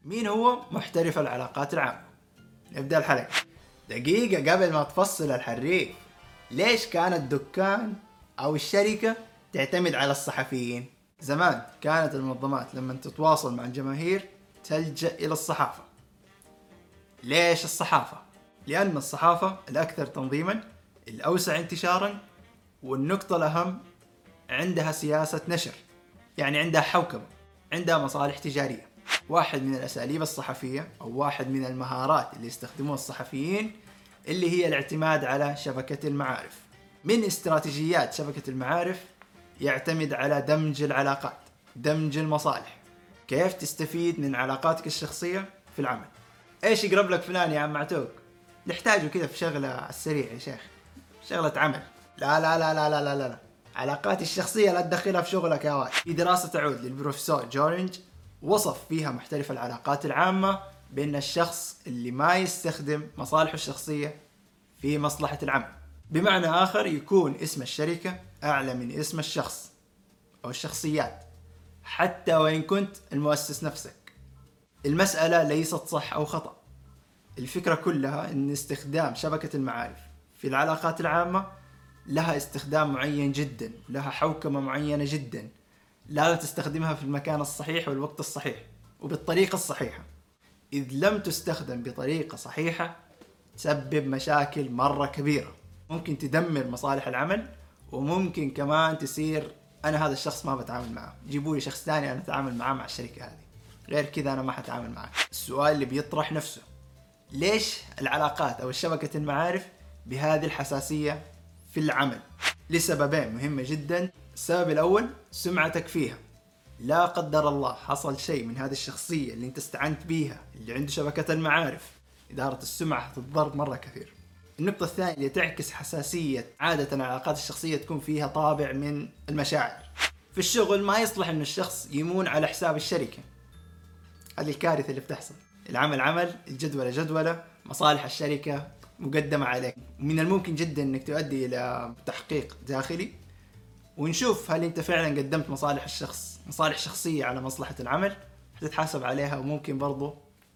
مين هو محترف العلاقات العامة؟ نبدأ الحلقة. دقيقة قبل ما تفصل الحريف، ليش كان الدكان أو الشركة تعتمد على الصحفيين؟ زمان كانت المنظمات لما تتواصل مع الجماهير تلجأ إلى الصحافة. ليش الصحافة؟ لأن الصحافة الأكثر تنظيما، الأوسع انتشارا، والنقطة الأهم عندها سياسة نشر، يعني عندها حوكمة، عندها مصالح تجارية. واحد من الأساليب الصحفية أو واحد من المهارات اللي يستخدموها الصحفيين اللي هي الاعتماد على شبكة المعارف. من استراتيجيات شبكة المعارف يعتمد على دمج العلاقات، دمج المصالح. كيف تستفيد من علاقاتك الشخصية في العمل؟ ايش يقرب لك فلان يا عم معتوق؟ نحتاجه كذا في شغلة على السريع يا شيخ، شغلة عمل. لا لا لا لا لا لا لا, لا. علاقاتي الشخصية لا تدخلها في شغلك يا واد. في دراسة تعود للبروفيسور جورينج وصف فيها محترف العلاقات العامة بأن الشخص اللي ما يستخدم مصالحه الشخصية في مصلحة العمل. بمعنى آخر يكون اسم الشركة أعلى من اسم الشخص أو الشخصيات، حتى وإن كنت المؤسس نفسك. المسألة ليست صح أو خطأ، الفكرة كلها أن استخدام شبكة المعارف في العلاقات العامة لها استخدام معين جدا، لها حوكمة معينة جدا، لازم تستخدمها في المكان الصحيح والوقت الصحيح وبالطريقة الصحيحة. إذ لم تستخدم بطريقة صحيحة تسبب مشاكل مرة كبيرة، ممكن تدمر مصالح العمل، وممكن كمان تصير أنا هذا الشخص ما بتعامل معه، جيبوا لي شخص ثاني أنا أتعامل معه مع الشركة هذه، غير كذا أنا ما حتعامل معه. السؤال اللي بيطرح نفسه، ليش العلاقات أو شبكة المعارف بهذه الحساسية في العمل؟ لسببين مهمة جدا. السبب الأول سمعتك فيها، لا قدر الله حصل شيء من هذه الشخصية اللي انت استعنت بيها اللي عنده شبكة المعارف، إدارة السمعة تتضرر مرة كثير. النقطة الثانية اللي تعكس حساسية، عادة العلاقات الشخصية تكون فيها طابع من المشاعر. في الشغل ما يصلح أن الشخص يمون على حساب الشركة، هذه الكارثة اللي بتحصل. العمل عمل، الجدولة جدولة، مصالح الشركة مقدمة عليك. من الممكن جدا أنك تؤدي إلى تحقيق داخلي ونشوف هل أنت فعلا قدمت مصالح الشخص، مصالح شخصية على مصلحة العمل، تتحاسب عليها وممكن برضو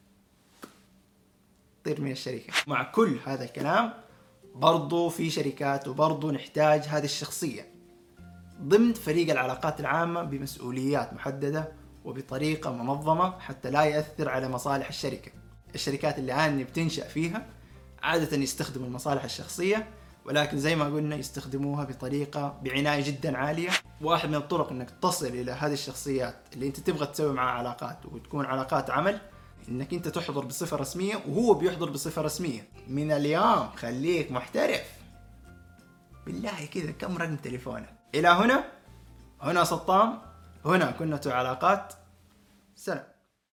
تطير من الشركة. مع كل هذا الكلام برضو في شركات وبرضو نحتاج هذه الشخصية ضمن فريق العلاقات العامة بمسؤوليات محددة وبطريقة منظمة حتى لا يأثر على مصالح الشركة. الشركات اللي الآن بتنشأ فيها عادة يستخدموا المصالح الشخصية، ولكن زي ما قلنا يستخدموها بطريقة بعناية جدا عالية. واحد من الطرق انك تصل الى هذه الشخصيات اللي انت تبغى تسوي معها علاقات وتكون علاقات عمل، انك انت تحضر بصفة رسمية وهو بيحضر بصفة رسمية. من اليوم خليك محترف، بالله كذا كم رقم تليفونك؟ الى هنا سطام، هنا كنة علاقات. سلام.